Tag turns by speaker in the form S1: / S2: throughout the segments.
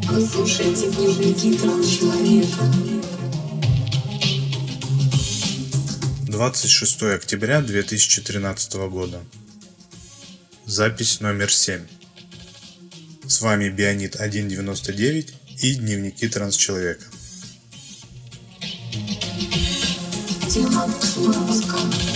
S1: Вы слушаете дневники трансчеловека.
S2: 26 октября 2013 года. Запись номер 7. С вами Бионит 1.99 и дневники трансчеловека.
S1: Тема выпуска.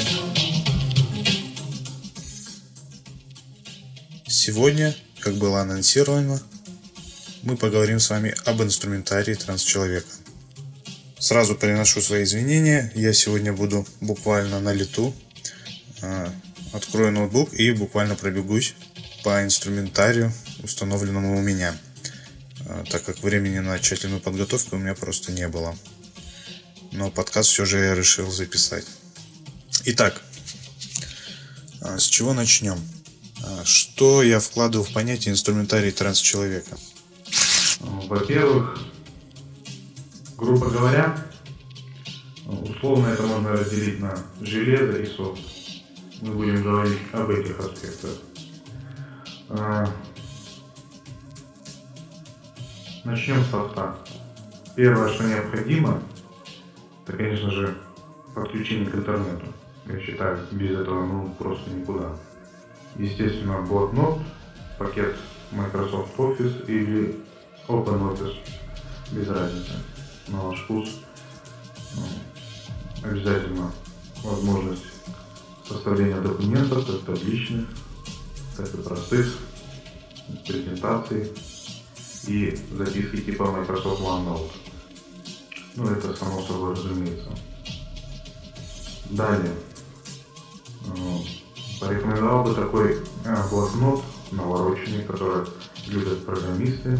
S2: Сегодня, как было анонсировано, мы поговорим с вами об инструментарии трансчеловека. Сразу приношу свои извинения, я сегодня буду буквально на лету. Открою ноутбук и буквально пробегусь по инструментарию, установленному у меня, так как времени на тщательную подготовку у меня просто не было. Но подкаст все же я решил записать. Итак, с чего начнем? Что я вкладываю в понятие инструментарий трансчеловека?
S3: Во-первых, грубо говоря, условно это можно разделить на железо и софт. Мы будем говорить об этих аспектах. Начнем с софта. Первое, что необходимо, это, конечно же, подключение к интернету. Я считаю, без этого просто никуда. Естественно, блокнот, пакет Microsoft Office или OpenOffice, без разницы, на ваш вкус. Обязательно возможность составления документов, как табличных, так и простых, презентаций и записки типа Microsoft OneNote. Это само собой разумеется. Далее. Порекомендовал бы такой блокнот навороченный, который любят программисты.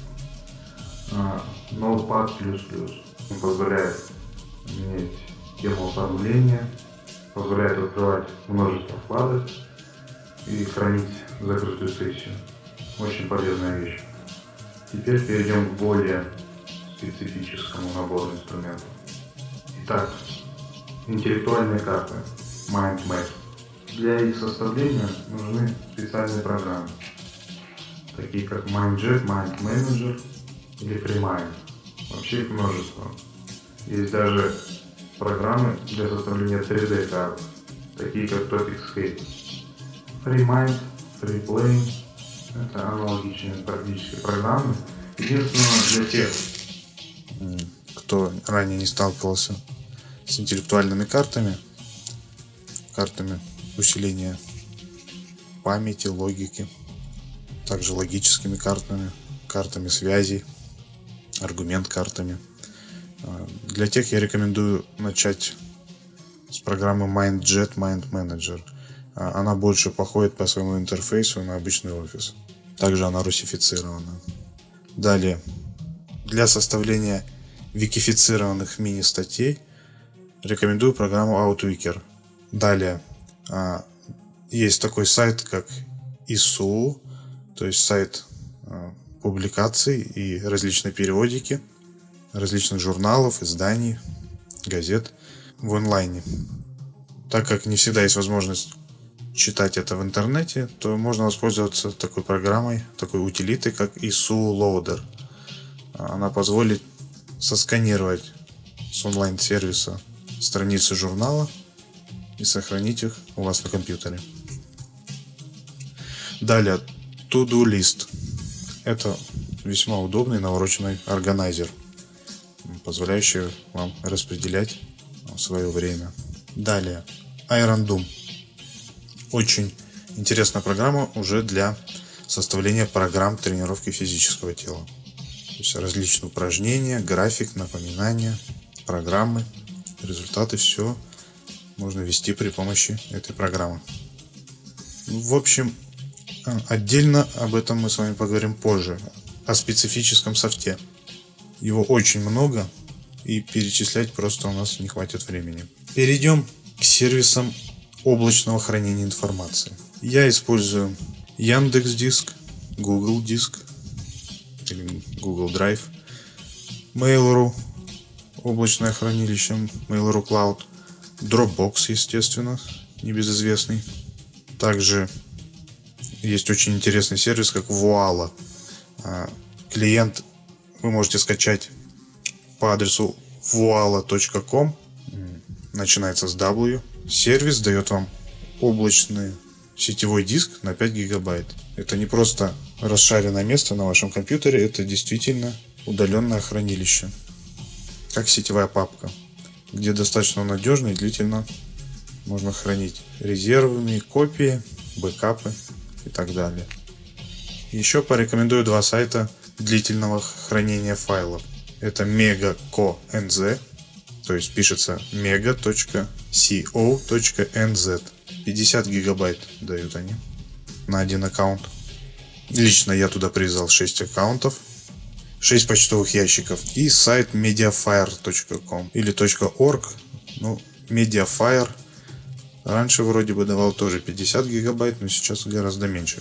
S3: Notepad++. Он позволяет иметь тему оформления, позволяет открывать множество вкладок и хранить закрытую сессию. Очень полезная вещь. Теперь перейдем к более специфическому набору инструментов. Итак, интеллектуальные карты MindMap. Для их составления нужны специальные программы, такие как MindJet, MindManager или FreeMind. Вообще их множество. Есть даже программы для составления 3D карт, такие как TopicScape. FreeMind, FreePlane — это аналогичные практически программы. Единственное, для тех,
S2: кто ранее не сталкивался с интеллектуальными картами усиления памяти, логики, также логическими картами связей, аргумент картами. Для тех я рекомендую начать с программы MindJet Mind Manager. Она больше походит по своему интерфейсу на обычный офис. Также она русифицирована. Далее, для составления викифицированных мини-статей рекомендую программу Outwicker. Далее, есть такой сайт, как ISOO, то есть сайт публикаций и различной периодики, различных журналов, изданий, газет в онлайне. Так как не всегда есть возможность читать это в интернете, то можно воспользоваться такой программой, такой утилитой, как ISOO Loader. Она позволит сосканировать с онлайн-сервиса страницы журнала и сохранить их у вас на компьютере. Далее, To-Do List. Это весьма удобный навороченный органайзер, позволяющий вам распределять свое время. Далее, Iron Doom. Очень интересная программа уже для составления программ тренировки физического тела. То есть различные упражнения, график, напоминания, программы, результаты, все можно вести при помощи этой программы. В общем, отдельно об этом мы с вами поговорим позже, о специфическом софте. Его очень много, и перечислять просто у нас не хватит времени. Перейдем к сервисам облачного хранения информации. Я использую Яндекс.Диск, Google Диск или Google Drive, Mail.ru, облачное хранилище Mail.ru Cloud, Dropbox, естественно, небезызвестный. Также есть очень интересный сервис, как Voala. Клиент вы можете скачать по адресу voala.com. Начинается с W. Сервис дает вам облачный сетевой диск на 5 гигабайт. Это не просто расшаренное место на вашем компьютере, это действительно удаленное хранилище, как сетевая папка, где достаточно надежно и длительно можно хранить резервные копии, бэкапы и так далее. Еще порекомендую два сайта длительного хранения файлов. Это mega.co.nz, то есть пишется mega.co.nz. 50 гигабайт дают они на один аккаунт. Лично я туда привязал 6 аккаунтов, 6 почтовых ящиков. И сайт mediafire.com или .org. Ну, Mediafire раньше вроде бы давал тоже 50 гигабайт, но сейчас гораздо меньше.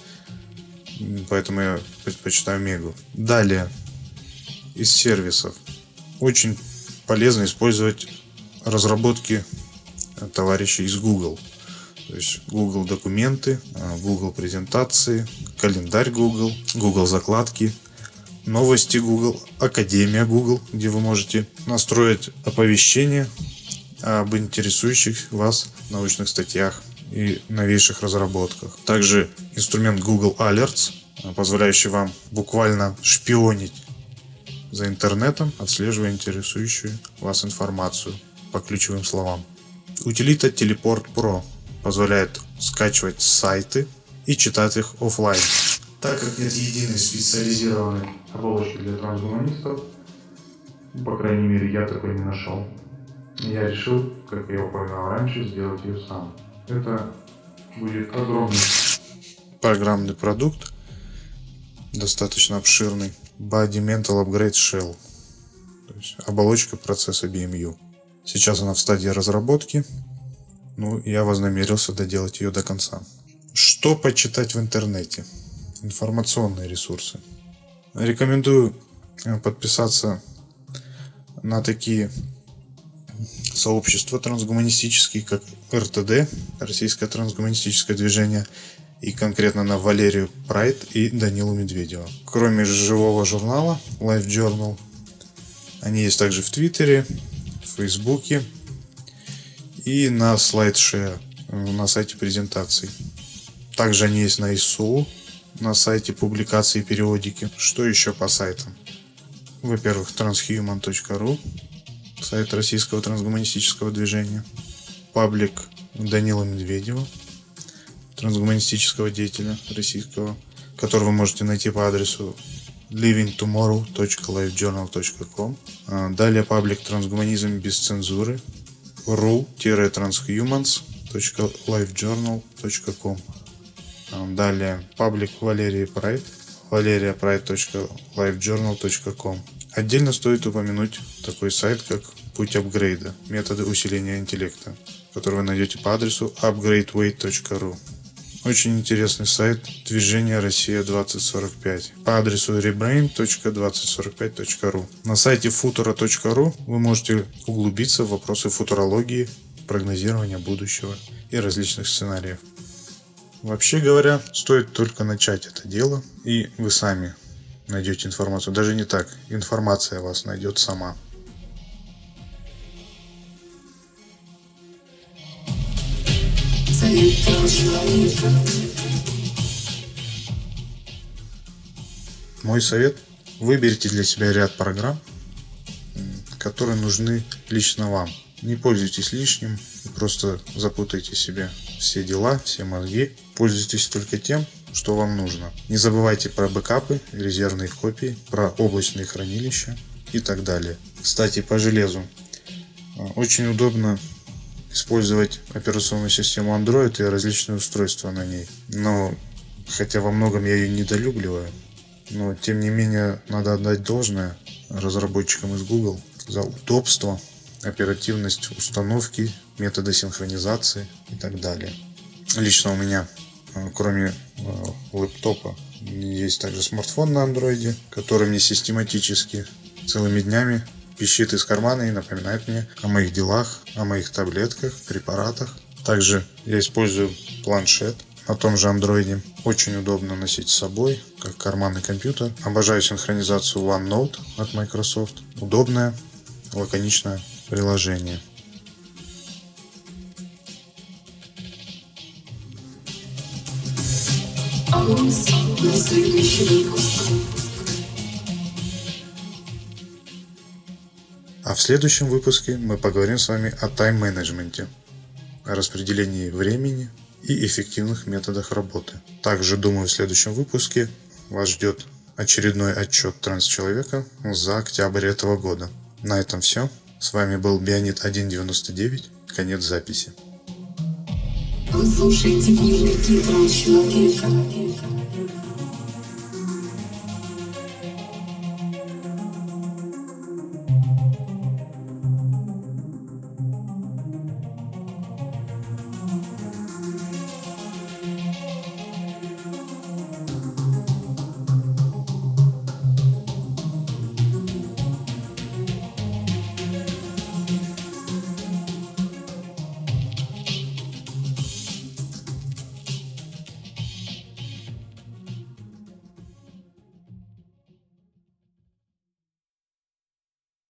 S2: Поэтому я предпочитаю Мегу. Далее, из сервисов. Очень полезно использовать разработки товарищей из Google. То есть Google документы, Google презентации, календарь Google, Google закладки, новости Google, Академия Google, где вы можете настроить оповещения об интересующих вас научных статьях и новейших разработках. Также инструмент Google Alerts, позволяющий вам буквально шпионить за интернетом, отслеживая интересующую вас информацию по ключевым словам. Утилита Teleport Pro позволяет скачивать сайты и читать их офлайн. Так как нет единой специализированной оболочки для трансгуманистов, по крайней мере я такой не нашел, я решил, как я упоминал раньше, сделать ее сам. Это будет огромный программный продукт, достаточно обширный. Body Mental Upgrade Shell, то есть оболочка процесса BMU. Сейчас она в стадии разработки, но я вознамерился доделать ее до конца. Что почитать в интернете? Информационные ресурсы. Рекомендую подписаться на такие сообщества трансгуманистические, как РТД, Российское трансгуманистическое движение, и конкретно на Валерию Прайд и Данилу Медведева. Кроме живого журнала Life Journal, они есть также в Твиттере, в Фейсбуке и на SlideShare, на сайте презентаций. Также они есть на ИСУ, на сайте публикации и периодики. Что еще по сайтам? Во-первых, transhuman.ru, сайт Российского трансгуманистического движения. Паблик Данила Медведева, трансгуманистического деятеля российского, который вы можете найти по адресу livingtomorrow.lifejournal.com. Далее паблик «Трансгуманизм без цензуры» ru-transhumans.lifejournal.com. Далее паблик Валерии Прайд valeriapride.lifejournal.com. Отдельно стоит упомянуть такой сайт, как «Путь апгрейда. Методы усиления интеллекта», который вы найдете по адресу upgradeway.ru. Очень интересный сайт движения Россия 2045 по адресу rebrain.2045.ru. На сайте futura.ru вы можете углубиться в вопросы футурологии, прогнозирования будущего и различных сценариев. Вообще говоря, стоит только начать это дело, и вы сами найдете информацию. Даже не так, информация вас найдет сама.
S1: Совет человека.
S2: Мой совет: выберите для себя ряд программ, которые нужны лично вам. Не пользуйтесь лишним, просто запутайте себе все дела, все мозги. Пользуйтесь только тем, что вам нужно. Не забывайте про бэкапы, резервные копии, про облачные хранилища и так далее. Кстати, по железу. Очень удобно использовать операционную систему Android и различные устройства на ней. Но, хотя во многом я ее недолюбливаю, но тем не менее надо отдать должное разработчикам из Google за удобство, оперативность установки, методы синхронизации и так далее. Лично у меня, кроме лэптопа, есть также смартфон на Android, который мне систематически целыми днями пищит из кармана и напоминает мне о моих делах, о моих таблетках, препаратах. Также я использую планшет на том же андроиде. Очень удобно носить с собой, как карманный компьютер. Обожаю синхронизацию OneNote от Microsoft. Удобное, лаконичное приложение.
S1: Анонс на следующий выпуск.
S2: А в следующем выпуске мы поговорим с вами о тайм-менеджменте, о распределении времени и эффективных методах работы. Также, думаю, в следующем выпуске вас ждет очередной отчет Транс-человека за октябрь этого года. На этом все. С вами был Бионит 1.99. Конец записи.
S1: Вы слушаете дневники Транс-человека.